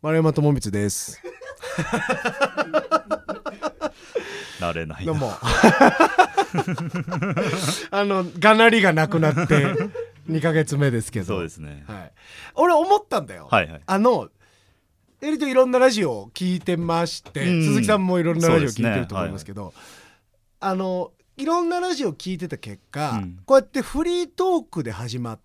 丸山智光です。 慣れないな。 どうもがなりがなくなって2ヶ月目ですけど。 そうですね、 はい、俺思ったんだよ、 はいはい、 エリといろんなラジオを聞いてまして、鈴木さんもいろんなラジオ聞いてると思いますけど、いろんなラジオ聞いてた結果、こうやってフリートークで始まって、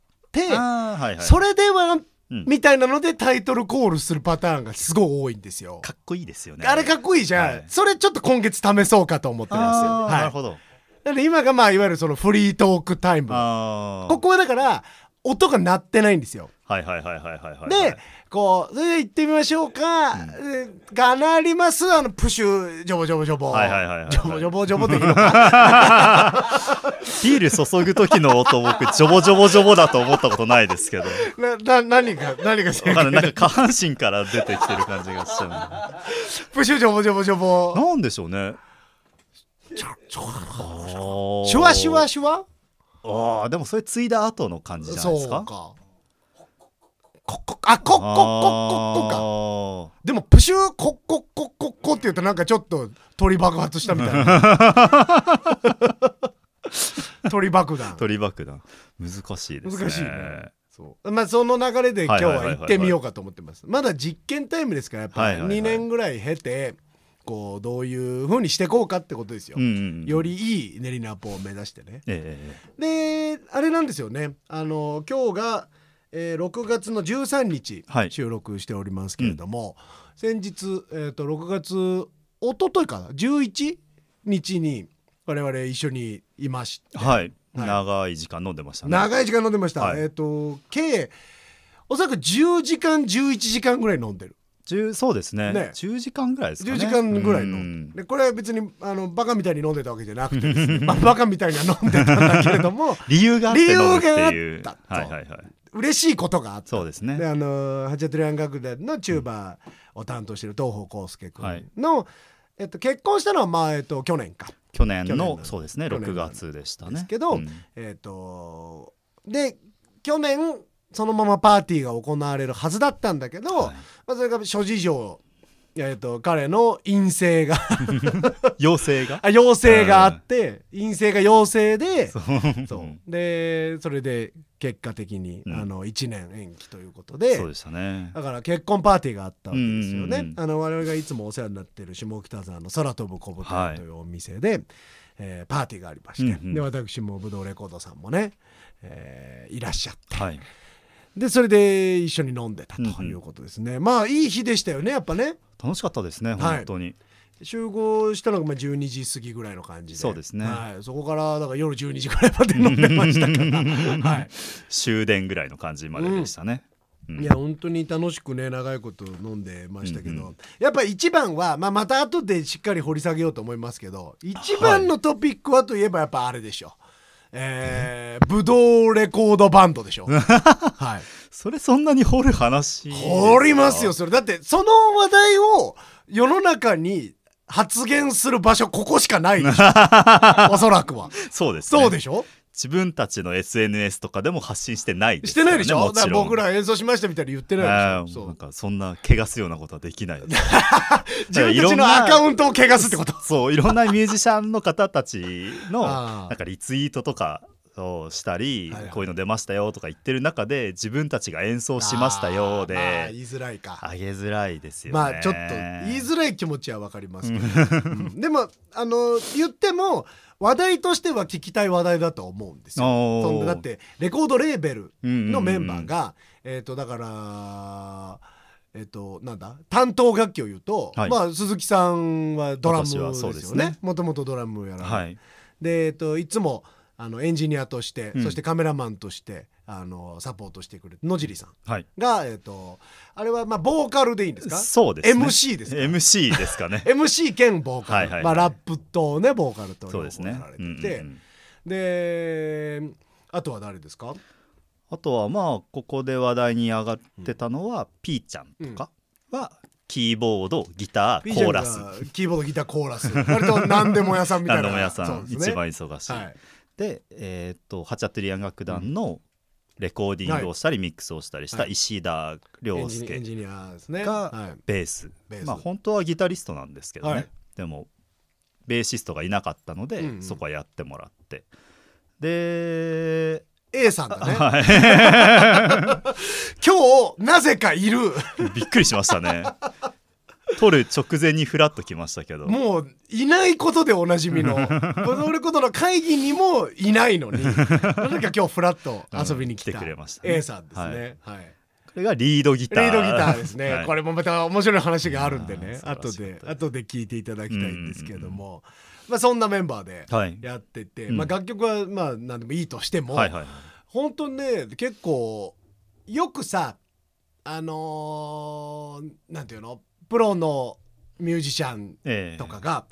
それではみたいなのでタイトルコールするパターンがすごい多いんですよ。 かっこいいですよね。 あれかっこいいじゃん、それちょっと今月試そうかと思ってますよ。 なるほど。 なので今がいわゆるそのフリートークタイム。ここはだから音が鳴ってないんですよ。でこうそれで行ってみましょうか。がなりますプシュジョボジョボジョボジョボジョボジョボでいいのか。 ビール注ぐ時の音僕ジョボジョボジョボだと思ったことないですけど。 何が正解？ なんか下半身から出てきてる感じがしちゃう。プシュジョボジョボジョボ。なんでしょうね。 シュワシュワシュワ。 でもそれ継いだ後の感じじゃないですか。そうか。 コッコッコッコッコッコか。でもプシューコッコッコッコッコって言うとなんかちょっと鳥爆発したみたいな。鳥爆弾難しいですね。 難しいね。その流れで今日は行ってみようかと思ってます。まだ実験タイムですからやっぱり2年ぐらい経てこうどういう風にしていこうかってことですよ。よりいい練りナポを目指してね。であれなんですよね。今日が6月の13日収録しておりますけれども、先日6月おとといかな11日に我々一緒にいまして、 長い時間飲んでましたね。 計おそらく10時間11時間ぐらい飲んでる。 そうですね。10時間ぐらいですかね。 10時間ぐらい飲んで、これは別にバカみたいに飲んでたわけじゃなくてですね、バカみたいには飲んでたんだけれども理由があって飲むっていう嬉しいことがあった。 そうですね。 でハチャトリアン楽団のチューバーを担当している東方康介君の、結婚したのは去年か。 去年のそうですね6月でしたね。 ですけど、で去年そのままパーティーが行われるはずだったんだけど、それが諸事情、彼の陰性が陽性があって陰性が陽性ででそれで結果的に1年延期ということで、 そうでしたね。 だから結婚パーティーがあったわけですよね。我々がいつもお世話になっている下北沢の空飛ぶ小舞台というお店で、パーティーがありまして、で私もブドウレコードさんもね、いらっしゃって、でそれで一緒に飲んでたということですね。いい日でしたよね。やっぱね楽しかったですね本当に。 集合したのが12時過ぎぐらいの感じで、 そうですね、 そこからだから夜12時ぐらいまで飲んでましたから終電ぐらいの感じまででしたね。 いや本当に楽しくね長いこと飲んでましたけど、やっぱ一番は、また後でしっかり掘り下げようと思いますけど、一番のトピックはといえばやっぱあれでしょ。ブドウレコードバンドでしょ。 それそんなに掘る話？ 掘りますよそれ。だってその話題を世の中に発言する場所ここしかないでしょ。おそらくはそうですね。 そうでしょ。 自分たちの SNS とかでも発信してないですよね。してないでしょ。 もちろん僕ら演奏しましたみたいに言ってないでしょ。 なんかそんな汚すようなことはできないです。 自分たちのアカウントを汚すってこと？ そういろんなミュージシャンの方たちのなんかリツイートとかをしたり、こういうの出ましたよとか言ってる中で自分たちが演奏しましたよで言いづらいか。 あげづらいですよね。 ちょっと言いづらい気持ちは分かりますけど、でも言っても話題としては聞きたい話題だと思うんですよ。だってレコードレーベルのメンバーがだからなんだ担当楽器を言うと、鈴木さんはドラムですよね。もともとドラムをやられて、でいつもエンジニアとして、そしてカメラマンとしてサポートしてくれる野尻さんが、あれはボーカルでいいんですか？ そうですね。 MC ですか？ MC ですかね。 MC 兼ボーカル、ラップとねボーカルとそうですね。 やられてて、であとは誰ですか？ あとはここで話題に上がってたのは、ピーちゃんとかはキーボードギターコーラス、 キーボードギターコーラス割と何でも屋さんみたいな。 何でも屋さん、一番忙しい。でハチャトゥリアン楽団のレコーディングをしたりミックスをしたりした石田亮介エンジニアですねがベース、まあ本当はギタリストなんですけどね、でもベーシストがいなかったので、そこはやってもらって、で A さんだね、 はい、 今日なぜかいるびっくりしましたね。撮る直前にフラッと来ましたけど、 もういないことでおなじみのボドレコードの会議にもいないのになぜか今日フラッと遊びに来た、 来てくれましたね、 A さんですね、はい、 これがリードギターですね、はい、これもまた面白い話があるんでね、後で聞いていただきたいんですけれども、まあ、そんなメンバーでやってて、まあ、楽曲はまあ何でもいいとしても、本当にね結構よくさなんていうのプロのミュージシャンとかが、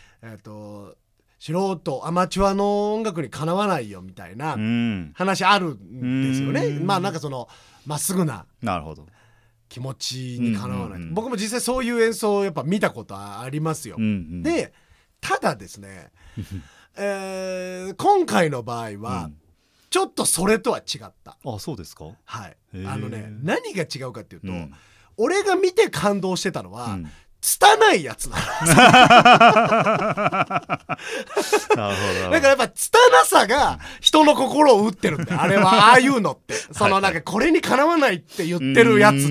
素人アマチュアの音楽にかなわないよみたいな話あるんですよね。まあなんかそのまっすぐな気持ちにかなわない、僕も実際そういう演奏をやっぱ見たことありますよ、でただですね、今回の場合は、ちょっとそれとは違った。 あ、そうですか。 はい。何が違うかっていうと、俺が見て感動してたのは、拙いやつなの。だからやっぱ拙さが人の心を打ってるんだよ。あれはああいうのって、そのなんかこれにかなわないって言ってるやつって。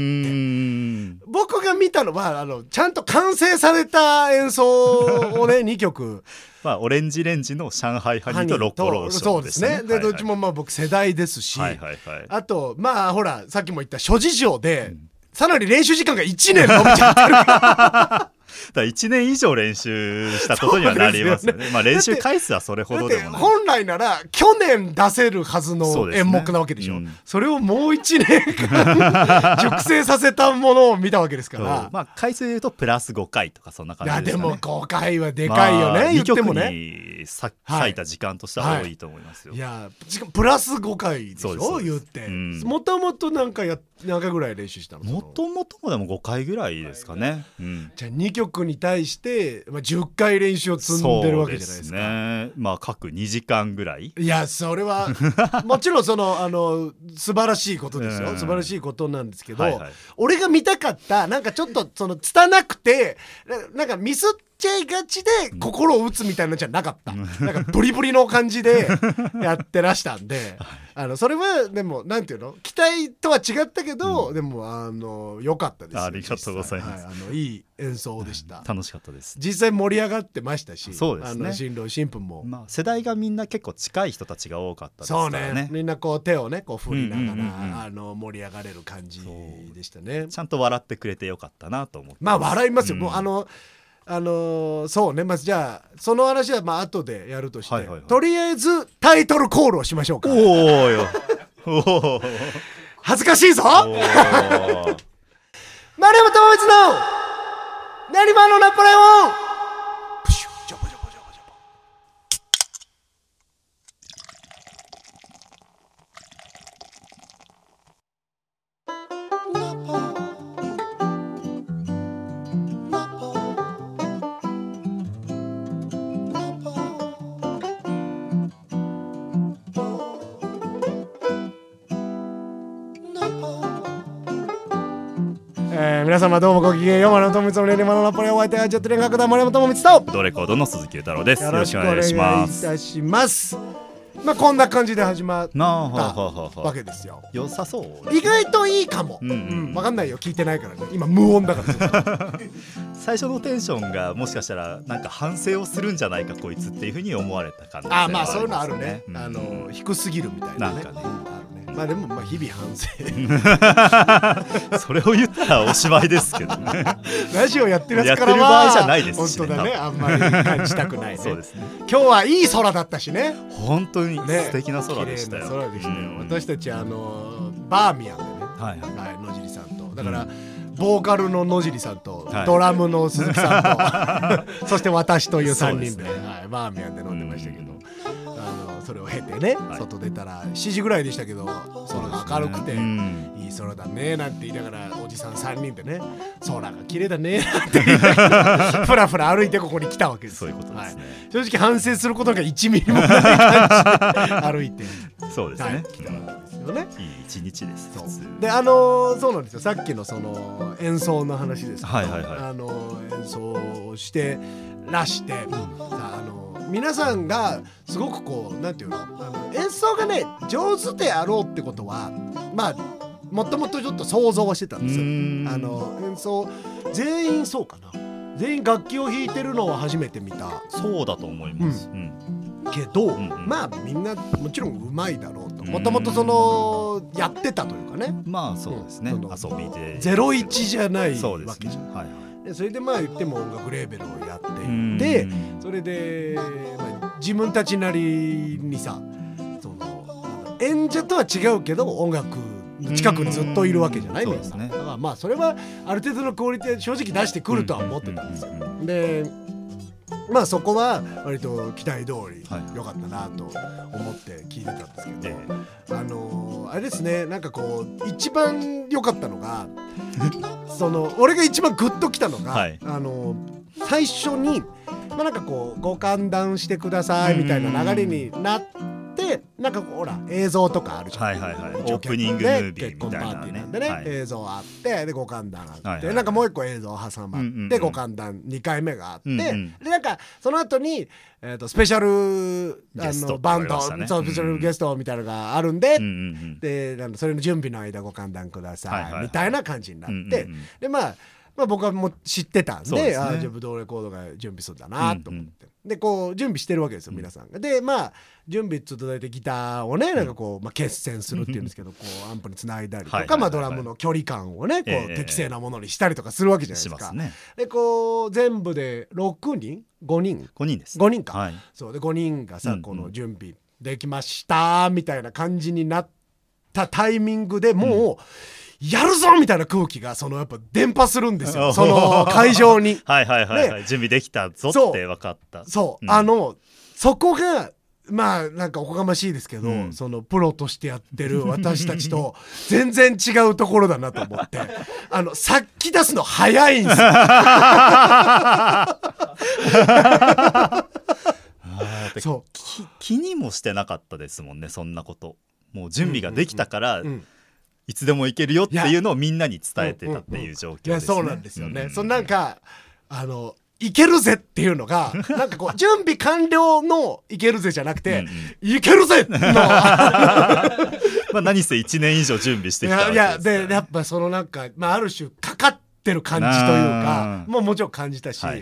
僕が見たのはちゃんと完成された演奏をね2曲。 まあ、オレンジレンジの上海ハニーとロコローションですね。 そうですね。でどっちもまあ僕世代ですし、あとまあほらさっきも言った諸事情で、さらに練習時間が1年伸びちゃってるからだ1年以上練習したことにはなりますよね。まあ練習回数はそれほどでもない。 本来なら去年出せるはずの演目なわけでしょ。それをもう1年間熟成させたものを見たわけですから。 まあ回数で言うとプラス5回とかそんな感じですかね。 いやでも5回はでかいよね、言ってもね。 2曲に割いた時間としては多いと思いますよ。 いやプラス5回でしょ言って。もともと何回ぐらい練習したの？ もともともでも5回ぐらいですかね。 じゃあ2曲に対して、10回練習を積んでるわけじゃないですか。 そうですね。まあ各2時間ぐらい。 いやそれはもちろんその素晴らしいことですよ。素晴らしいことなんですけど、俺が見たかったなんかちょっとその拙くてなんかミスっちゃいがちで心を打つみたいなのじゃなかった、なんかブリブリの感じでやってらしたんでそれはでもなんていうの期待とは違ったけど、でも良かったです。 ありがとうございます。 いい演奏でした。 楽しかったです。 実際盛り上がってましたし、 そうですね。 新郎新婦も、 まあ、世代がみんな結構近い人たちが多かったですからね。 そうね。みんなこう手をねこう振りながら盛り上がれる感じでしたね。 ちゃんと笑ってくれてよかったなと思って。 まあ笑いますよ。もうそうね。まずじゃあその話はまあ後でやるとして、とりあえずタイトルコールをしましょうか。 おおよ。 恥ずかしいぞ。丸山智光の練馬のナポレオン。皆様どうもごきげんよう。丸山智光の練馬のナポレオン、お相手はジェット連楽団丸山智光とドレコードの鈴木太郎です。 よろしくお願いします。いたします。まあこんな感じで始まったわけですよ。 良さそう。 意外といいかも。分かんないよ、聞いてないからね。今無音だから最初のテンションがもしかしたらなんか反省をするんじゃないかこいつっていうふうに思われた感じ。 まあそういうのあるね。低すぎるみたいなね。まあでも日々反省それを言ったらおしまいですけどね。 ラジオやってるやつからはやってる場合じゃないですしね。 本当だね。あんまり感じたくないね。 そうですね。 今日はいい空だったしね。 本当に素敵な空でしたよ。 空でしたよ。私たちバーミヤンでね、野尻さんとだからボーカルの野尻さんとドラムの鈴木さんとそして私という3人でバーミヤンで飲んでましたけど、それを経てね、外出たら7時ぐらいでしたけど空が明るくていい空だねなんて言いながらおじさん3人でね空が綺麗だねなんて言いながらふらふら歩いてここに来たわけです。 そういうことですね。 正直反省することが1ミリもない感じで歩いてそうですね。 来たわけですよ。 よね。 いい一日です。 そう普通でそうなんですよ。さっきのその演奏の話ですけど、 はいはいはい演奏してらして、皆さんがすごくこうなんていうの、演奏がね上手であろうってことはまあもともとちょっと想像はしてたんですよ。演奏全員そうかな、全員楽器を弾いてるのは初めて見た。 そうだと思います、 けど、まあみんなもちろんうまいだろうと、もともとそのやってたというかね、 まあそうですね、遊びで 01じゃないそうですね、 わけじゃん。 はいでそれでまあ言っても音楽レーベルをやっていて、それで、まあ、自分たちなりにさ、その演者とは違うけど音楽の近くにずっといるわけじゃないみんな。だからまあそれはある程度のクオリティ正直出してくるとは思ってたんですよ。でまあそこは割と期待通り良かったなと思って聞いてたんですけど、あれですね、なんかこう一番良かったのがその俺が一番グッときたのが、はい、最初に、まあ、なんかこうご歓談してくださいみたいな流れになって、なんかほら映像とかあるじゃん、 はいはいはい、オープニングムービーみたいなね、結婚パーティーなんでね、はい、映像あってでご歓談あって、はいはい、なんかもう一個映像挟まって、ご歓談2回目があって、でなんかその後に、スペシャルバンド、そうスペシャルゲストみたいなのがあるんで、でそれの準備の間ご歓談ください、みたいな感じになって、でまあ僕はもう知ってたん で、じゃあブドウレコードが準備するんだなと思って、でこう準備してるわけですよ皆さんが。でまあ準備ちょっと大体ギターをねなんかこう、まあ、決戦するっていうんですけど、こうアンプにつないだりとか、まあドラムの距離感をねこう適正なものにしたりとかするわけじゃないですか。でこう全部で6人5人です。 5人か、はい、そうで5人がさ、この準備できましたみたいな感じになったタイミングでもう、やるぞみたいな空気がそのやっぱ伝播するんですよ、その会場に。 はいはいはい、はい、準備できたぞって分かった。そう、 そこがまあなんかおこがましいですけど、そのプロとしてやってる私たちと全然違うところだなと思って殺気出すの早いんですよ。 そう気にもしてなかったですもんね、そんなこと。もう準備ができたから、いつでも行けるよっていうのをみんなに伝えてたっていう状況ですね。 いやそうなんですよね。そのなんかいけるぜっていうのがなんかこう準備完了のいけるぜじゃなくていけるぜのまあ何せ1年以上準備してきたわけですから。 いやでやっぱそのなんか、まあ、ある種かかってる感じというかもちろん感じたし、コメン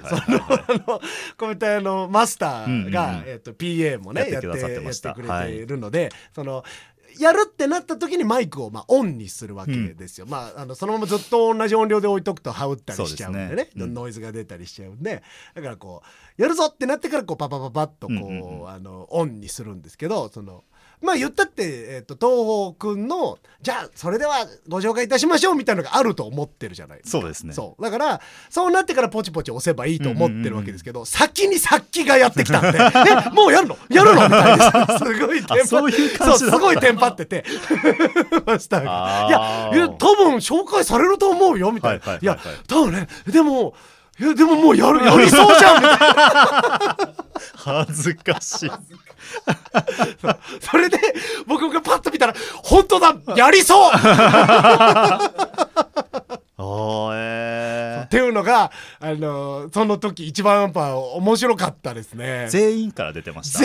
トマスターが、PA もねやってくれているので、そのやるってなった時にマイクをオンにするわけですよ。そのままずっと同じ音量で置いとくと羽打ったりしちゃうんでね、ノイズが出たりしちゃうんで、だからこうやるぞってなってからこうパパパパッとこうオンにするんですけど、そのまあ言ったって、東宝くんのじゃあそれではご紹介いたしましょうみたいなのがあると思ってるじゃないですか。 そうですね。 そうだからそうなってからポチポチ押せばいいと思ってるわけですけど、先に殺気がやってきたんでもうやるのみたいなすごいテンパそういう感じだった。 すごいテンパっててマスターがいや多分紹介されると思うよみたいな、いや多分ねでももうやりそうじゃんみたいな恥ずかしいそれで僕がパッと見たら本当だやりそうっていうのがその時一番やっぱ面白かったですね。 全員から出てました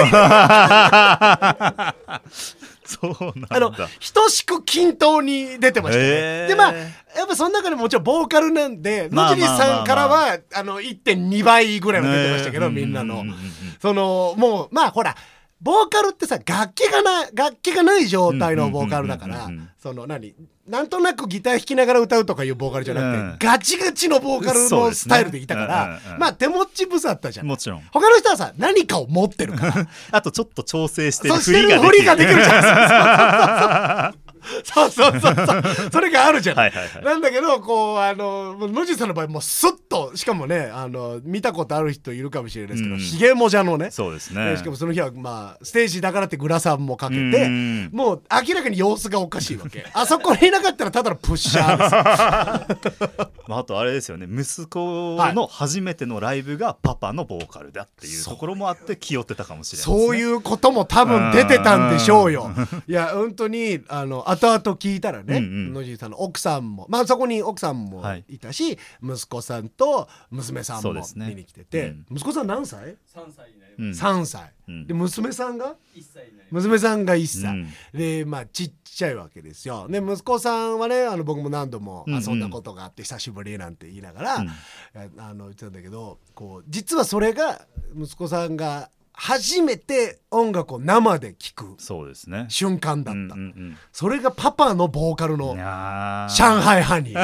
そうなんだ。 等しく均等に出てましたね。でまあやっぱその中でもちろんボーカルなんで野尻さんからは1.2 倍ぐらいは出てましたけど、みんなのそのもうまあほらボーカルってさ楽器がない状態のボーカルだから、そのなんとなくギター弾きながら歌うとかいうボーカルじゃなくて、ガチガチのボーカルのスタイルでいたから、まあ手持ち無沙汰じゃん。 もちろん他の人はさ何かを持ってるからあとちょっと調整してる振りができるじゃないですかそうそれがあるじゃない、なんだけどこう野地さんの場合もうスッと、しかもね見たことある人いるかもしれないですけど、ひげもじゃのね、 そうですね、 しかもその日はまあステージだからってグラサンもかけて、もう明らかに様子がおかしいわけ。あそこにいなかったらただのプッシャーですよあとあれですよね、息子の初めてのライブがパパのボーカルだっていうところもあって気負ってたかもしれないですね。 そういうことも多分出てたんでしょうよ。いや本当に後々聞いたらね、野地さんの奥さんも、まあそこに奥さんもいたし、息子さんと娘さんも見に来てて、息子さん何歳？3歳になります。3歳で娘さんが1歳になります。娘さんが1歳で、まあちっちゃいわけですよ。で息子さんはね僕も何度も遊んだことがあって久しぶりなんて言いながら言ってたんだけど、こう実はそれが息子さんが初めて音楽を生で聴く瞬間だった。それがパパのボーカルの上海ハニー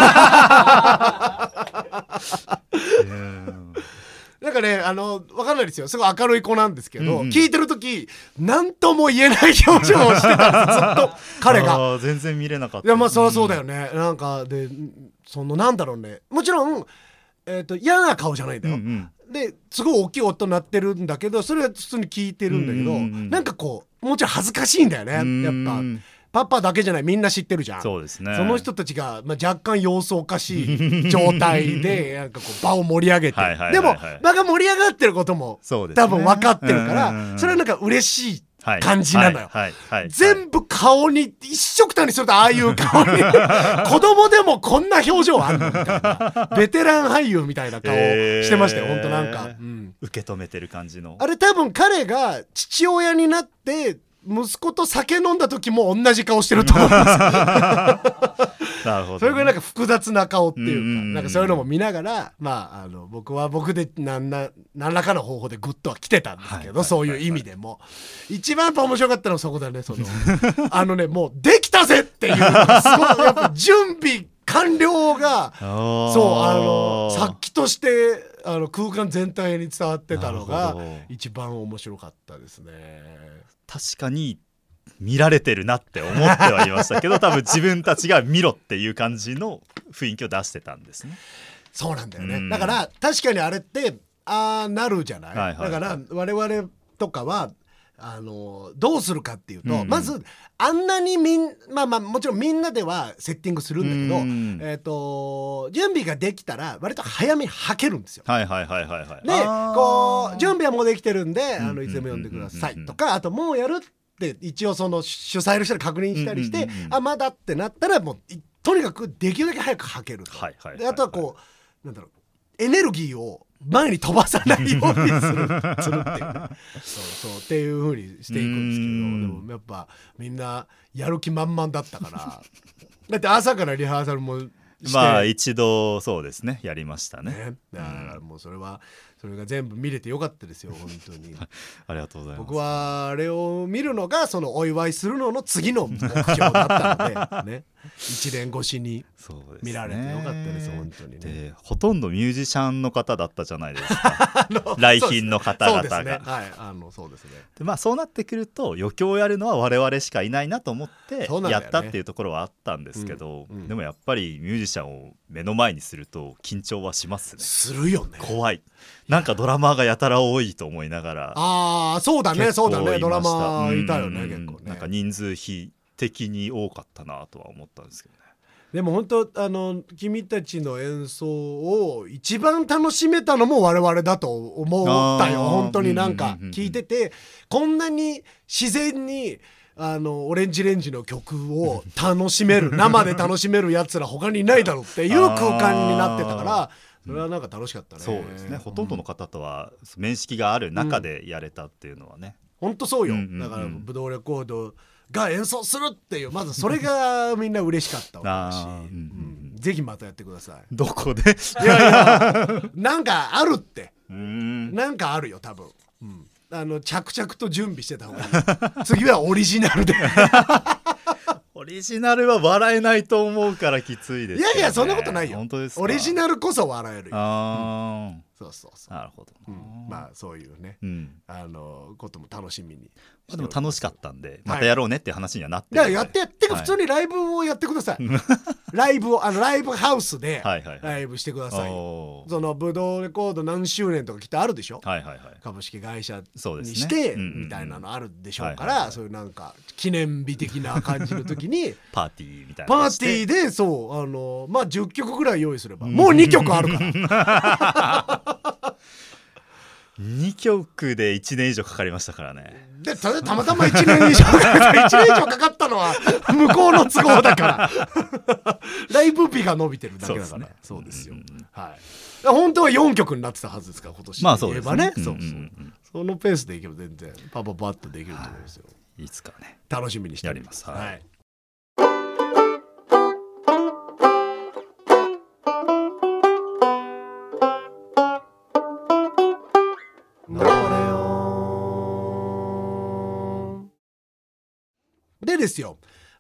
なんかね分かんないですよ、すごい明るい子なんですけど、聴いてる時何とも言えない表情をしてたんですずっと彼が。 全然見れなかった。 いやまあそりゃそうだよね。なんかでなんだろうね、もちろん嫌な顔じゃないんだよ、ですごい大きい音鳴ってるんだけど、それは普通に聞いてるんだけど、なんかこうもうちょい恥ずかしいんだよね。やっぱパパだけじゃない、みんな知ってるじゃん。 そうですね。 その人たちが、若干様子おかしい状態でなんかこう場を盛り上げてでも場が盛り上がってることも多分分かってるから、それはなんか嬉しい感じなのよ。全部顔に一緒くたにするとああいう顔に子供でもこんな表情あんのみたいなベテラン俳優みたいな顔してましたよ。本当なんか、 受け止めてる感じの。 あれ多分彼が父親になって息子と酒飲んだ時も同じ顔してると思いますなるほど、ね、 それぐらいなんか複雑な顔っていうか、なんかそういうのも見ながら、まあ僕は僕で何らかの方法でグッとは来てたんですけど、そういう意味でも一番やっぱ面白かったのはそこだね。もうできたぜっていうすごいやっぱ準備完了がさっきとして空間全体に伝わってたのが一番面白かったですね。 確かに見られてるなって思ってはいましたけど多分自分たちが見ろっていう感じの雰囲気を出してたんですね。 そうなんだよね、だから確かにあれってなるじゃない、だから我々とかはどうするかっていうと、まずあんなにまあもちろんみんなではセッティングするんだけど、準備ができたら割と早めにはけるんですよ。でこう準備はもうできてるんでいつでも読んでくださいとか、あともうやるって一応その主催の人に確認したりして、まだってなったらもうとにかくできるだけ早くはけると。であとはこうなんだろう、エネルギーを前に飛ばさないようにするっていう、そうっていう風にしていくんですけど、でもやっぱみんなやる気満々だったからだって朝からリハーサルもしてまあ一度そうですねやりましたね。 だからもうそれが全部見れてよかったですよ本当にありがとうございます。 僕はあれを見るのがそのお祝いするのの次の目標だったのでね1年越しに見られてよかったです本当にね。 でほとんどミュージシャンの方だったじゃないですか来賓の方々が。 そうですね。 でまあそうなってくると余興をやるのは我々しかいないなと思ってやったっていうところはあったんですけど、でもやっぱりミュージシャンを目の前にすると緊張はしますね。 するよね。 怖い。なんかドラマーがやたら多いと思いながら。 そうだねドラマーいたよね、結構ね。 なんか人数比的に多かったなとは思ったんですけどね。 でも本当君たちの演奏を一番楽しめたのも我々だと思ったよ本当に。なんか聞いててこんなに自然にオレンジレンジの曲を楽しめる生で楽しめるやつら他にいないだろうっていう空間になってたからそれはなんか楽しかったね。 そうですね、ほとんどの方とは面識がある中でやれたっていうのはね、 本当そうよ。だからブドウレコードが演奏するっていうまずそれがみんな嬉しかったわけだしぜひまたやってください。 どこでいやなんかあるってなんかあるよ多分、着々と準備してた方がいい次はオリジナルでオリジナルは笑えないと思うからきついです、ね、 いやそんなことないよ。 本当ですか。 オリジナルこそ笑えるよ。 そうそうそう。 なるほど、 まあそういうね、ことも楽しみに。 でも楽しかったんでまたやろうねっていう話にはなってる。やっててか普通にライブをやってください。ライブをライブハウスでライブしてください。そのブドウレコード何周年とかきっとあるでしょ。株式会社にしてみたいなのあるでしょうから、そういうなんか記念日的な感じの時にパーティーみたいなパーティーでそうまあ10曲ぐらい用意すればもう2曲あるから 2曲で1年以上かかりましたからね。 でたまたま1年以上かかったのは向こうの都合だからライブ日が伸びてるだけだから。そうですよ。はい、本当は4曲になってたはずですから今年。 まあそうですね。 そのペースでいけば全然パパパッとできると思いますよ。 いつかね楽しみにしてやります。はい。 でですよ、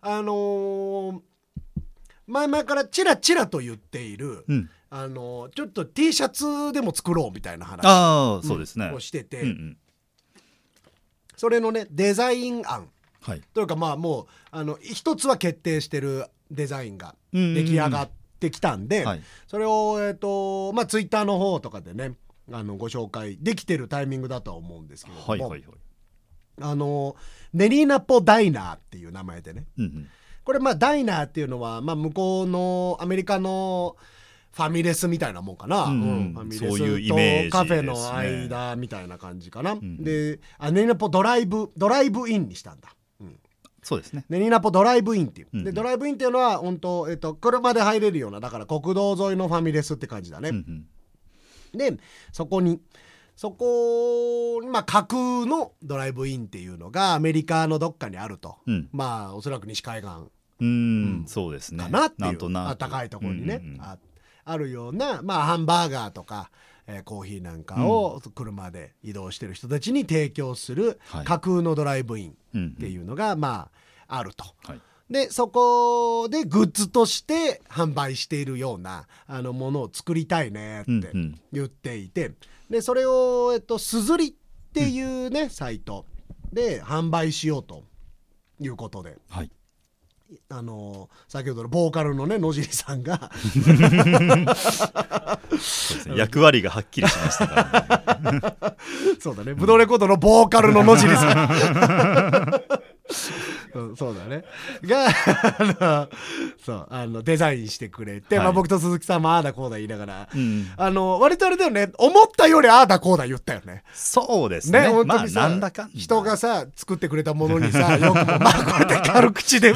前々からチラチラと言っている、ちょっと T シャツでも作ろうみたいな話をしてて、それのねデザイン案、というかまあもう一つは決定してるデザインが出来上がってきたんで、それをまあツイッターの方とかでねご紹介できてるタイミングだとは思うんですけれども、ネリーナポダイナーっていう名前でね、これまあダイナーっていうのはまあ向こうのアメリカのファミレスみたいなもんかな、ファミレスとカフェの間みたいな感じかな。でネリーナポドライブインにしたんだ。 そうですね。 ネリーナポドライブインっていう、でドライブインっていうのは本当車で入れるような、だから国道沿いのファミレスって感じだね。でそこにまあ架空のドライブインっていうのがアメリカのどっかにあると、まあおそらく西海岸そうですねかなっていう、暖かいところにねあるような、まあハンバーガーとかコーヒーなんかを車で移動してる人たちに提供する架空のドライブインっていうのがまああると。でそこでグッズとして販売しているようなものを作りたいねって言っていて、でそれをすずりっていうね、サイトで販売しようということで、先ほどのボーカルのね野尻さんがそうですね、役割がはっきりしましたからねそうだね、ブドウレコードのボーカルの野尻さんそうだねがそうデザインしてくれて、まあ、僕と鈴木さんもああだこうだ言いながら、割とあれだよね、思ったよりああだこうだ言ったよね。 そうですね、 本当にさ、なんだかんだ人がさ作ってくれたものにさよくもまあこうやって軽口で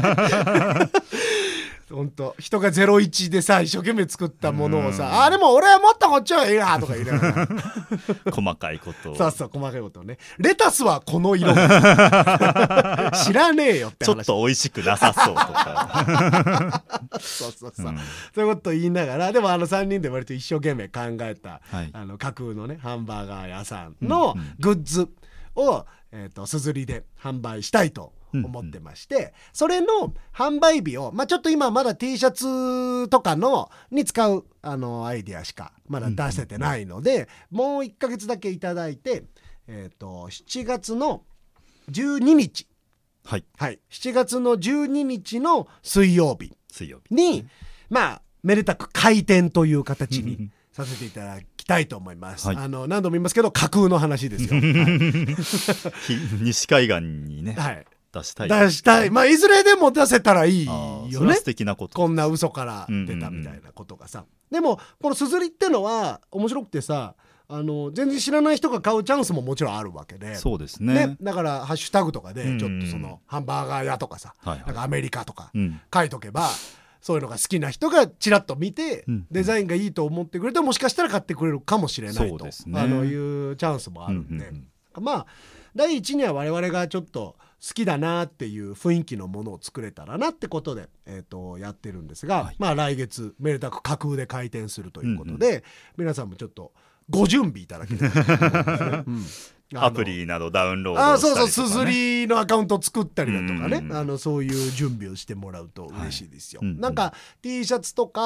本当人が01でさ一生懸命作ったものをさ、あでも俺はもっとこっちはいいなとか言いながら細かいことをそう細かいことをね、レタスはこの色知らねえよって話、 ちょっと美味しくなさそうとかそうそういうことを言いながら、でも3人で割と一生懸命考えた、架空のねハンバーガー屋さんのグッズをすずりで販売したいと思ってまして、それの販売日を、まあ、ちょっと今まだ T シャツとかに使うアイディアしかまだ出せてないので、もう1ヶ月だけいただいて、7月の12日、7月の12日の水曜日にまあめでたく開店という形にさせていただきたいと思います。何度も言いますけど架空の話ですよ西海岸にね、出したい、まあいずれでも出せたらいいよね。 素敵なこと、 こんな嘘から出たみたいなことがさ、でもこのすずりってのは面白くてさ、全然知らない人が買うチャンスももちろんあるわけで、 そうですね、 だからハッシュタグとかでちょっとそのハンバーガー屋とかさ、なんかアメリカとか書いとけば、そういうのが好きな人がちらっと見て、デザインがいいと思ってくれてもしかしたら買ってくれるかもしれないというチャンスもあるんで、まあ第一には我々がちょっと好きだなっていう雰囲気のものを作れたらなってことで、やってるんですが、まあ来月めでたく架空で開店するということで、皆さんもちょっとご準備いただければと思いますね。 アプリなどダウンロードしたりとかね、 すずりのアカウント作ったりだとかね、そういう準備をしてもらうと嬉しいですよ。なんか T シャツとか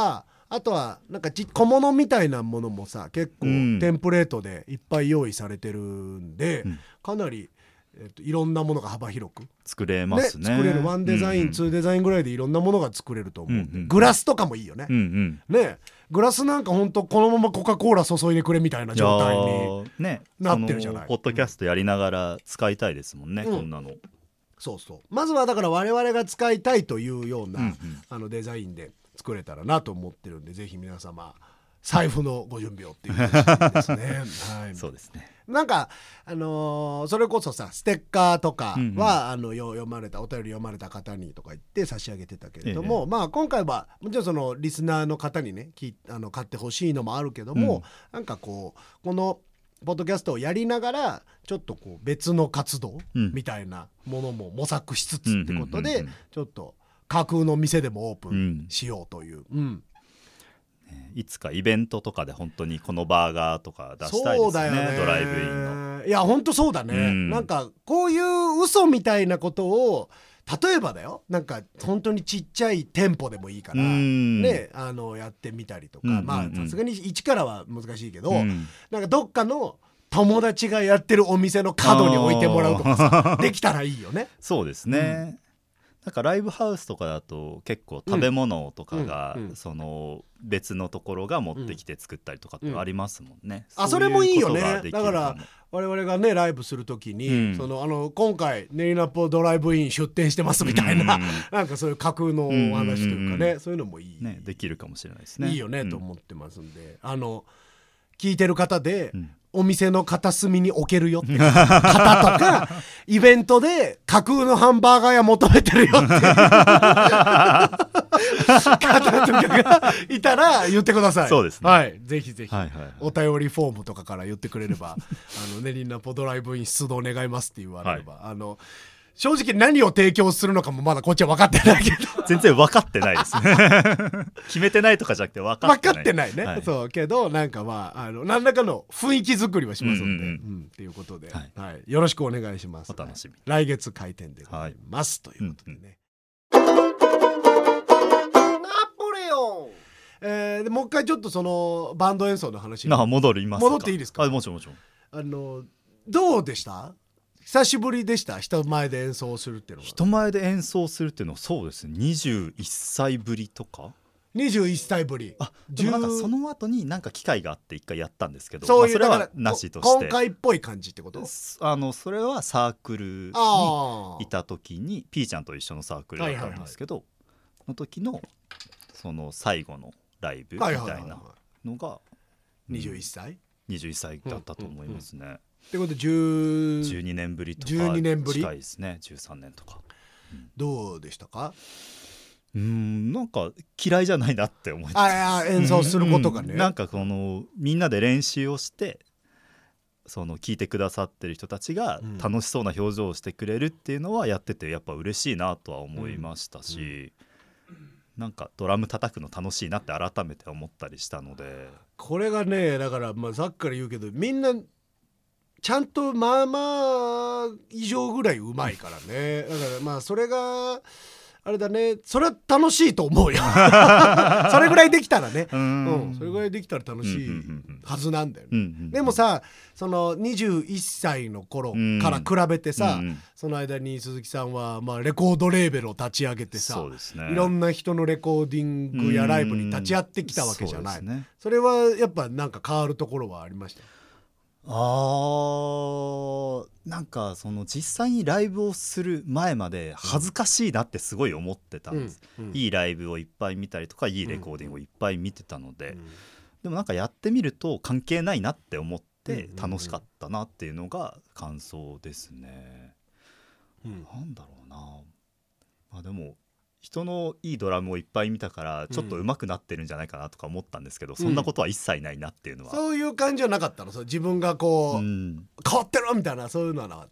あとはなんか小物みたいなものもさ結構テンプレートでいっぱい用意されてるんで、かなりいろんなものが幅広く作れますね。 作れる。1デザイン、2デザインぐらいでいろんなものが作れると思うんで、グラスとかもいいよね。ね、グラスなんかほんとこのままコカ・コーラ注いでくれみたいな状態になってるじゃない。 ポッドキャストやりながら使いたいですもんね、こんなの。 そうそう。まずはだから我々が使いたいというような、デザインで作れたらなと思ってるんで、ぜひ皆様財布のご準備をっていう感じですね。はい、そうですね。なんかそれこそさステッカーとかは、読まれたお便り読まれた方にとか言って差し上げてたけれども、まあ今回はもちろんそのリスナーの方にね買ってほしいのもあるけども、なんかこのポッドキャストをやりながらちょっとこう別の活動みたいなものも模索しつつってことで、ちょっと架空の店でもオープンしようという。 いつかイベントとかで本当にこのバーガーとか出したいですね。そうだよね、ドライブインの。 いや本当そうだね、なんかこういう嘘みたいなことを例えばだよ、なんか本当にちっちゃい店舗でもいいからね、やってみたりとか、まあさすがに一からは難しいけど、なんかどっかの友達がやってるお店の角に置いてもらうとかさできたらいいよね。 そうですね、なんかライブハウスとかだと結構食べ物とかが、その別のところが持ってきて作ったりとかってありますもんね。 それもいいよね。だから我々がねライブするときに、今回ネリナポドライブイン出店してますみたいな、なんかそういう架空のお話というかね、そういうのもいい、ね、 できるかもしれないですね。 いいよね、と思ってますんで、聞いてる方で、お店の片隅に置けるよって方とかイベントで架空のハンバーガー屋求めてるよっていう方とかがいたら言ってください。 そうですね、 はい、ぜひぜひ、お便りフォームとかから言ってくれればネリナポドライブイン出動願いますって言われれば、正直何を提供するのかもまだこっちは分かってないけど全然分かってないですね決めてないとかじゃなくて分かってないね、そうけどなんかまあ何らかの雰囲気作りはしますので、っていうことで、よろしくお願いします。 お楽しみに。 来月開店でございます、ということでね、ナポレオン、でもう一回ちょっとそのバンド演奏の話に戻りますか。 戻っていいですか。 もちろんどうでした？久しぶりでした？人前で演奏するっていうのは。 人前で演奏するっていうのはそうですね、21歳ぶりとか。 21歳ぶり。 でもなんかその後になんか機会があって一回やったんですけど、 そういう、 それはなしとして今回っぽい感じってこと？ それはサークルにいた時にピーちゃんと一緒のサークルだったんですけど、の時のその最後のライブみたいなのが 21歳 21歳だったと思いますね。 ってことで 12年ぶりとか近いですね。13年とか、 どうでしたか？ なんか嫌いじゃないなって思います。 演奏することがね、 なんかみんなで練習をしてその聞いてくださってる人たちが楽しそうな表情をしてくれるっていうのはやっててやっぱ嬉しいなとは思いましたし、なんかドラム叩くの楽しいなって改めて思ったりしたので、 これがねだからさっきから言うけどみんなちゃんとまあまあ以上ぐらいうまいからね。だからそれがあれだね、それは楽しいと思うよそれぐらいできたらね、それぐらいできたら楽しいはずなんだよね。でもさ、その21歳の頃から比べてさ、その間に鈴木さんはレコードレーベルを立ち上げてさ、いろんな人のレコーディングやライブに立ち会ってきたわけじゃない。それはやっぱなんか変わるところはありました？ なんかその実際にライブをする前まで恥ずかしいなってすごい思ってたんです、いいライブをいっぱい見たりとかいいレコーディングをいっぱい見てたので、でもなんかやってみると関係ないなって思って楽しかったなっていうのが感想ですね。なんだろうな、でも人のいいドラムをいっぱい見たからちょっと上手くなってるんじゃないかなとか思ったんですけど、そんなことは一切ないなっていうのは、 そういう感じはなかったの？自分がこう、変わってるみたいなそういうのはなかった？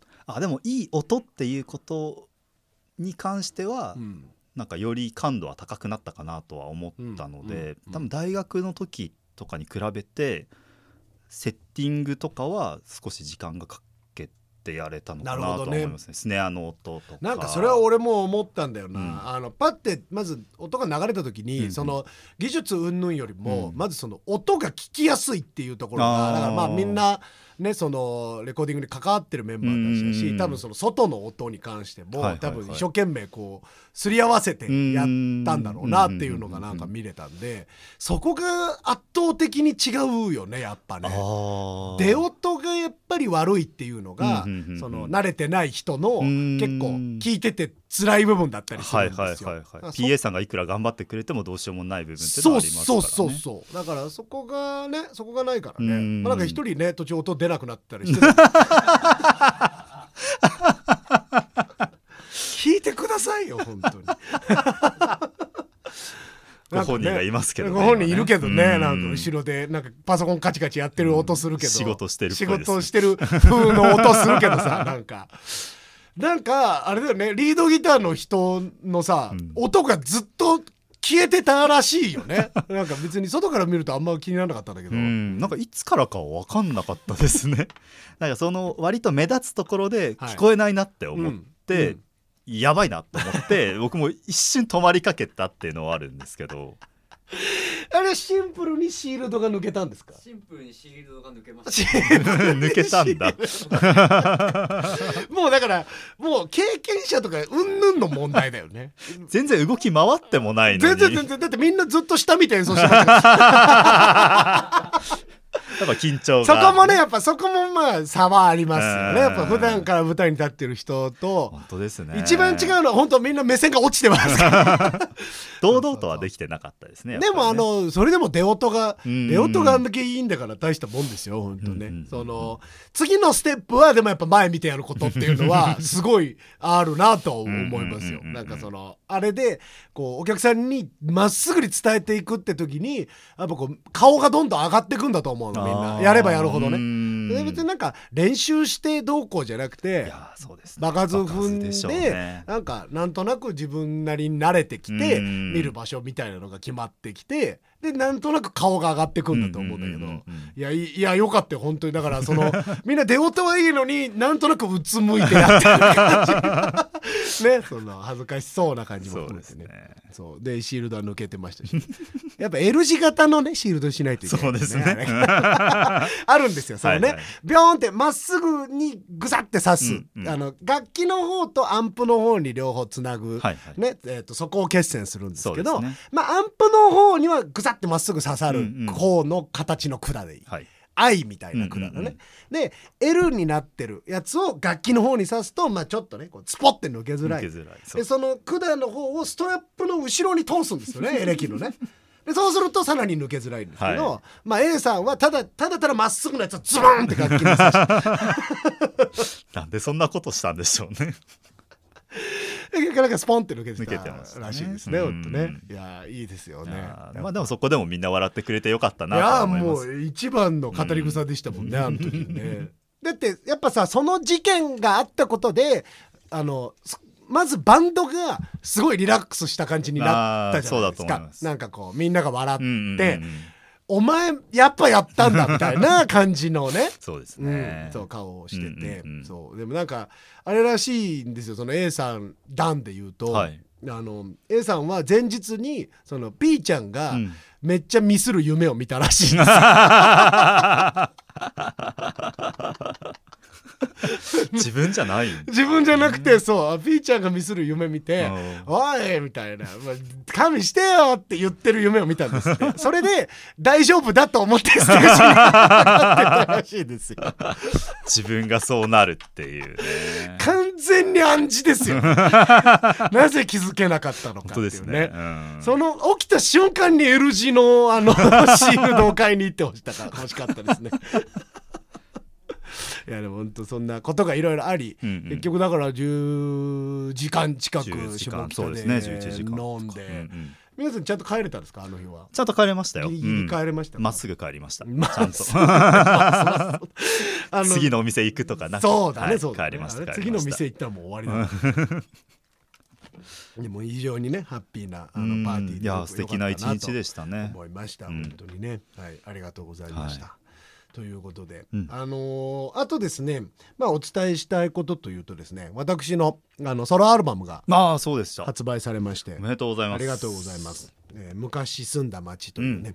でもいい音っていうことに関しては、なんかより感度は高くなったかなとは思ったので、多分大学の時とかに比べてセッティングとかは少し時間がかけてってやれたのかなと思いますね。スネアの音とかなんかそれは俺も思ったんだよな、パッてまず音が流れた時に、その技術云々よりも、まずその音が聞きやすいっていうところが、だからまあみんなね、そのレコーディングに関わってるメンバーだし、多分その外の音に関しても、多分一生懸命こうすり合わせてやったんだろうなっていうのがなんか見れたんで、そこが圧倒的に違うよね、やっぱね。出音がやっぱり悪いっていうのが、その慣れてない人の結構聞いてて辛い部分だったりするんですよ。 PA さんがいくら頑張ってくれてもどうしようもない部分ってのはありますからね。 そうだからそこがないからね、なんか一人ね途中音出なくなったりして聞いてくださいよ本当にご本人がいますけどね。 ご本人いるけどね、なんか後ろでなんかパソコンカチカチやってる音するけど、 仕事してるっぽいですね。 仕事してる風の音するけどさなんかあれだよね、リードギターの人のさ、音がずっと消えてたらしいよね。なんか別に外から見るとあんま気にならなかったんだけど、 なんかいつからかは分かんなかったですね。なんかその割と目立つところで聞こえないなって思って、やばいなと思って僕も一瞬止まりかけたっていうのはあるんですけどあれはシンプルにシールドが抜けたんですか？ シンプルにシールドが抜けました。 抜けたんだ。 もうだからもう経験者とかうんぬんの問題だよね。 全然動き回ってもないのに。 全然だってみんなずっと下見て演奏してましたからやっぱ緊張がそこもね、やっぱそこもまあ差はありますよね。やっぱ普段から舞台に立ってる人と本当ですね。 一番違うのは本当みんな目線が落ちてますから堂々とはできてなかったですね。 でもそれでも出音があんだけいいんだから大したもんですよ本当ね。その次のステップはでもやっぱ前見てやることっていうのはすごいあるなと思いますよ。なんかそのあれでこうお客さんにまっすぐに伝えていくって時にやっぱこう顔がどんどん上がってくんだと思うの。みんなやればやるほどね。別になんか練習してどうこうじゃなくて、場数踏んでなんとなく自分なりに慣れてきて見る場所みたいなのが決まってきて、でなんとなく顔が上がってくんだと思うんだけど、いやよかったよ本当に。だからそのみんな出音はいいのになんとなくうつむいてやってる感じね、その恥ずかしそうな感じも含めてね。そうでシールドは抜けてましたし、やっぱ L 字型のねシールドしないといけない。 そうですね。 あるんですよそのね、ビョーンってまっすぐにグサって刺す、楽器の方とアンプの方に両方つなぐ、ねそこを決線するんですけど、まあアンプの方にはグサってまっすぐ刺さる方の形の管でいい。愛みたいな管だね。で L になってるやつを楽器の方に刺すと、まあちょっとねこうスポッて抜けづらい。でその管の方をストラップの後ろに通すんですよねエレキのね。でそうするとさらに抜けづらいんですけど、まあ A さんはただまっすぐのやつをズボンって楽器に刺してなんでそんなことしたんでしょうね。 なんかスポンって抜けてたらしいですね。本当ね。いやいいですよね。 まあでもそこでもみんな笑ってくれてよかったなと思います。 いやもう一番の語り草でしたもんね、あの時にね。だってやっぱさその事件があったことでまずバンドがすごいリラックスした感じになったじゃないですか。なんかこうみんなが笑ってお前やっぱやったんだみたいな感じのねそうですね、 そう顔をしてて、そうでもなんかあれらしいんですよ。その A さん段で言うと、A さんは前日にその P ちゃんがめっちゃミスる夢を見たらしいんですよ。 自分じゃない自分じゃなくて、そうピーちゃんがミスる夢見て「おい!」みたいな「加味してよ!」って言ってる夢を見たんですって。それで大丈夫だと思ってステージに立ってたらしいですよ。 自分がそうなるっていうね、 完全に暗示ですよ。なぜ気づけなかったのかっていうね。その起きた瞬間に L 字のシールドを買いに行ってほしかったですね。いやでも本当そんなことがいろいろあり、結局だから10時間近く下北で飲んで、皆さんちゃんと帰れたんですか？あの日はちゃんと帰れましたよ。 ギリギリ帰れました。 まっすぐ帰りました。ちゃんと次のお店行くとかなく、 そうだね、 帰りました。 次の店行ったらもう終わりだ。でも非常にねハッピーなパーティーでいや素敵な一日でしたね。 思いました本当にね。はい、ありがとうございました。 ということで、 うんあとですね、お伝えしたいことというとですね、私のソロアルバムがそうでした。 発売されまして、 おめでとうございます。 ありがとうございます。昔住んだ街というね、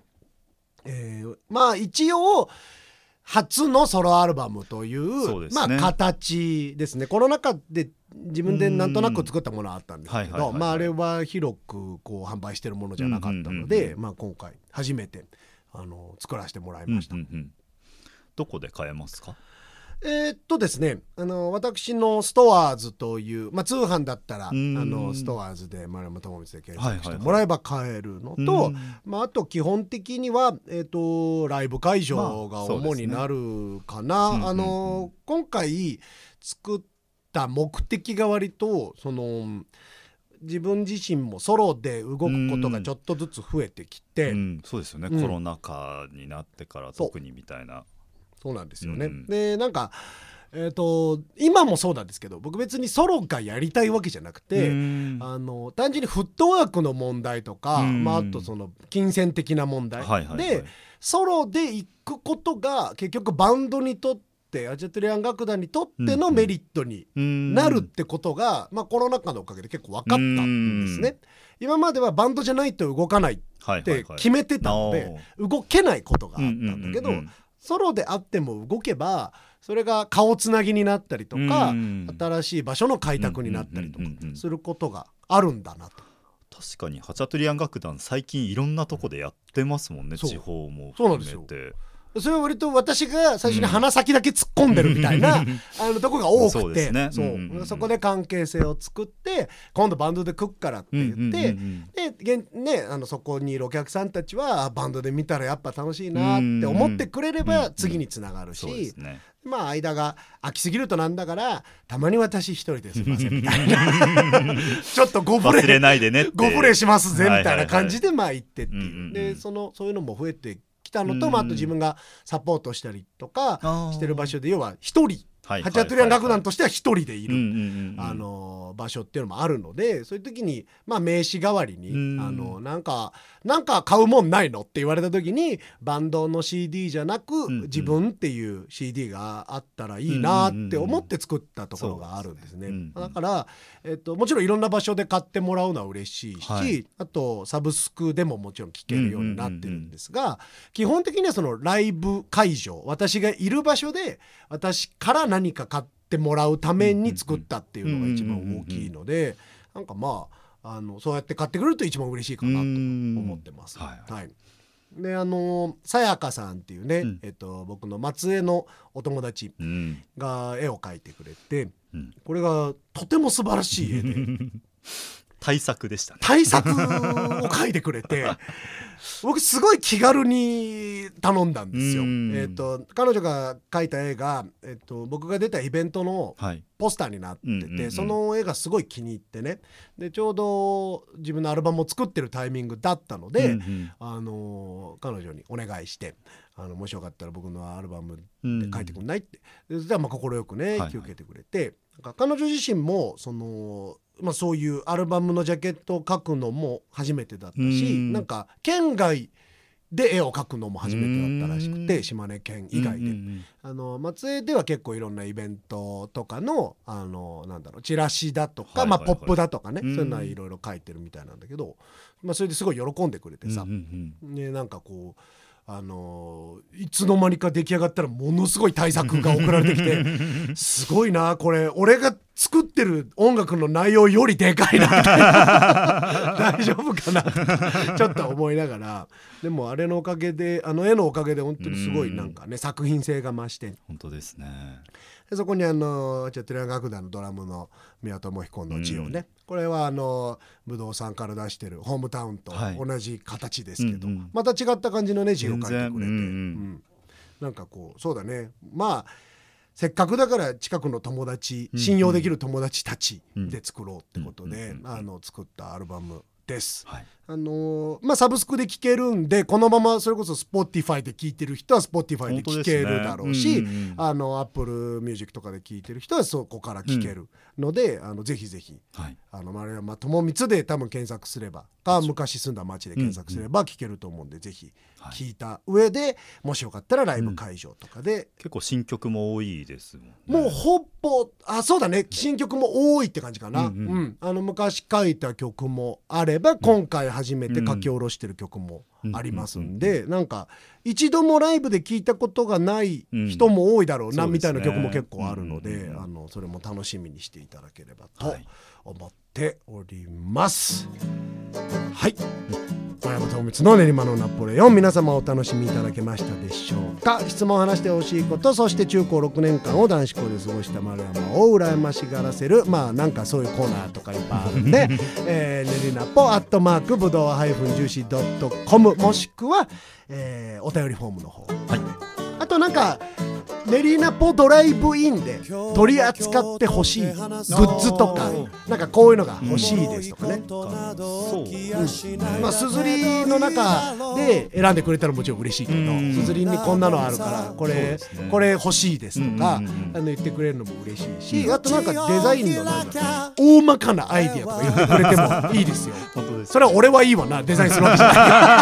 一応初のソロアルバムという、 そうですね、 形ですね。この中で自分でなんとなく作ったものはあったんですけど、あれは広くこう販売してるものじゃなかったので、今回初めて作らせてもらいました。 どこで買えますか？ ですね、私のストアーズという、通販だったらストアーズで丸山智光で検索してもらえば買えるのと、あと基本的には、ライブ会場が主になるかな。今回作った目的が割と自分自身もソロで動くことがちょっとずつ増えてきて、 そうですよね、コロナ禍になってから特にみたいな。 そうなんですよね。でなんか今もそうなんですけど、僕別にソロがやりたいわけじゃなくて、単純にフットワークの問題とか、あと金銭的な問題で、ソロで行くことが結局バンドにとってアジャトリアン楽団にとってのメリットになるってことが、コロナ禍のおかげで結構分かったんですね。今まではバンドじゃないと動かないって決めてたので、動けないことがあったんだけど、ソロであっても動けばそれが顔つなぎになったりとか、新しい場所の開拓になったりとかすることがあるんだなと。 確かにハチャトリアン楽団最近いろんなとこでやってますもんね。地方も含めて。 それは割と私が最初に鼻先だけ突っ込んでるみたいなとこが多くて、そこで関係性を作って今度バンドで食っからって言って、でそこにいるお客さんたちはバンドで見たらやっぱ楽しいなって思ってくれれば次につながるし、間が空きすぎるとなんだからたまに私一人ですいませんみたいなちょっとご無礼忘れないでねってご無礼しますぜみたいな感じで行ってっていう、でそういうのも増えてきたのと、あと自分がサポートしたりとかしてる場所で、要は一人ハチャトリアン楽団としては一人でいる場所っていうのもあるので、そういう時に名刺代わりになんか買うもんないのって言われた時に、バンドの CD じゃなく自分っていう CD があったらいいなって思って作ったところがあるんですね。だからもちろんいろんな場所で買ってもらうのは嬉しいし、あとサブスクでももちろん聴けるようになってるんですが、基本的にはそのライブ会場、私がいる場所で私から何か買ってもらうために作ったっていうのが一番大きいので、なんかそうやって買ってくれると一番嬉しいかなと思ってます。でさやかさんっていうね、僕の松江のお友達が絵を描いてくれて、これがとても素晴らしい絵で大作でしたね。 大作を描いてくれて僕すごい気軽に頼んだんですよ。彼女が描いた絵が、僕が出たイベントのポスターになってて、その絵がすごい気に入ってね、でちょうど自分のアルバムを作ってるタイミングだったので、彼女にお願いして、もしよかったら僕のアルバムで描いてくんないって、じゃあ快くね引き受けてくれて、彼女自身もそういうアルバムのジャケットを描くのも初めてだったし、なんか県外で絵を描くのも初めてだったらしくて、島根県以外で、松江では結構いろんなイベントとかのチラシだとか、ポップだとかね、そういうのはいろいろ描いてるみたいなんだけど、それですごい喜んでくれてさ、なんかこういつの間にか出来上がったらものすごい大作が送られてきてすごいなこれ、俺が作ってる音楽の内容よりでかいな大丈夫かなちょっと思いながら、でもあれのおかげで絵のおかげで本当にすごいなんかね作品性が増して、 本当ですね。 でそこにチャトリアン楽団のドラムの宮智彦の字をね、これは武道さんから出してるホームタウンと同じ形ですけど、また違った感じのね字を書いてくれて、なんかこうそうだね、せっかくだから近くの友達、信用できる友達たちで作ろうってことで作ったアルバムです。 サブスクで聴けるんで、このままそれこそ Spotify で聴いてる人は Spotify で聴けるだろうし、Apple Music とかで聴いてる人はそこから聴けるので、ぜひぜひ、丸山智光で多分検索すればか、昔住んだ街で検索すれば聴けると思うんで、ぜひ聴いた上で、もしよかったらライブ会場とかで、 結構新曲も多いですもんね。 もうほぼそうだね、新曲も多いって感じかな。昔書いた曲もあれば、今回初めて書き下ろしてる曲もありますんで、なんか一度もライブで聴いたことがない人も多いだろうな、みたいな曲も結構あるので、それも楽しみにしていただければと思っております。はい、丸山智光の練馬のナポレオン、皆様お楽しみいただけましたでしょうか。質問を話してほしいこと、そして中高6年間を男子校で過ごした丸山を羨ましがらせる、なんかそういうコーナーとかいっぱいあるんでねりなぽ@ぶどう-juicy.com もしくは、お便りフォームの方、あとなんか練りナポドライブインで取り扱ってほしいグッズとか、なんかこういうのが欲しいですとかね、すずりの中で選んでくれたらもちろん嬉しいけど、すずりにこんなのあるからこれ欲しいですとか言ってくれるのも嬉しいし、あとなんかデザインのなんか大まかなアイディアとか言ってくれてもいいですよ。それは俺はいいわな、デザインするわけじ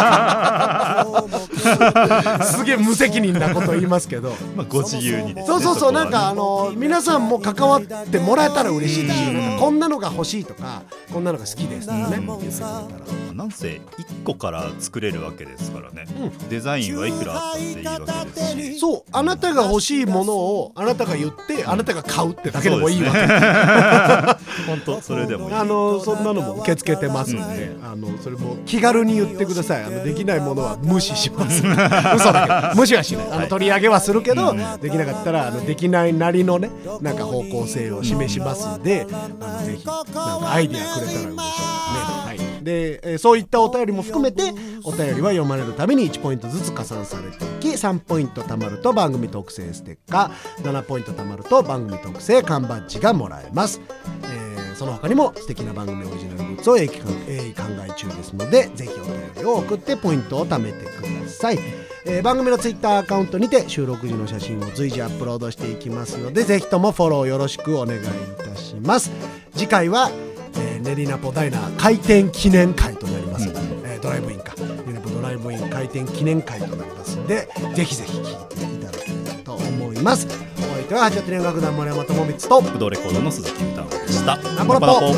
ゃないすげえ無責任なこと言いますけど、 ご自由にですね。そうなんか皆さんも関わってもらえたら嬉しいし、こんなのが欲しいとかこんなのが好きですとかね、 なんせ1個から作れるわけですからね、デザインはいくらあったっていいわけですし、 そうあなたが欲しいものをあなたが言ってあなたが買うってだけでもいいわけ本当それでもいい。 そんなのも受け付けてますので、それも気軽に言ってください。できないものは無視します嘘だけど無視はしない。取り上げはするけど、できなかったらできないなりのね、なんか方向性を示しますんで、ぜひなんかアイディアくれたら嬉しいですね。はい、で、そういったお便りも含めて、お便りは読まれるたびに1ポイントずつ加算されていき、3ポイント貯まると番組特製ステッカー、7ポイント貯まると番組特製缶バッジがもらえます。その他にも素敵な番組オリジナルグッズを鋭意考え中ですので、ぜひお便りを送ってポイントを貯めてください。番組のツイッターアカウントにて収録時の写真を随時アップロードしていきますので、ぜひともフォローよろしくお願いいたします。次回は、練りナポダイナー開店記念会となりますので、ドライブインか練りナポドライブイン開店記念会となりますので、ぜひぜひ聞いていただければと思います。お相手は88年楽団丸山智光とブドウレコードの鈴木歌でした。 ナポラポ。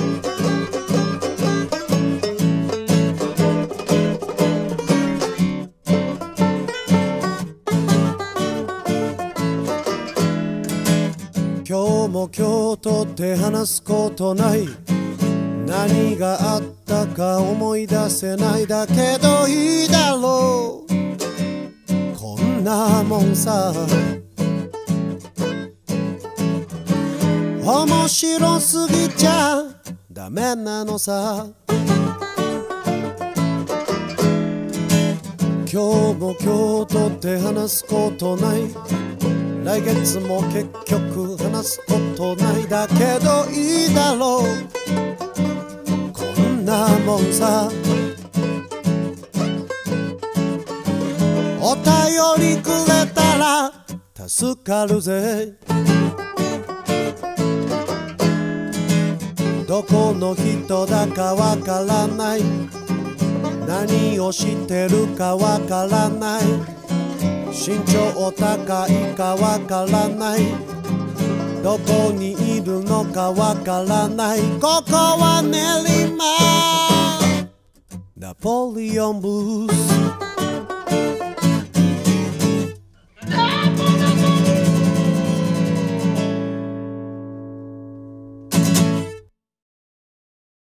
今日も今日とって話すことない、何があったか思い出せないだけどいいだろう、こんなもんさ。面白すぎちゃダメなのさ。今日も今日とって話すことない、来月も結局話すことないだけどいいだろう、こんなもんさ。お便りくれたら助かるぜ。どこの人だかわからない、何をしてるかわからない、身長高いかわからない、どこにいるのかわからない、ここは練馬ナポリオンブース。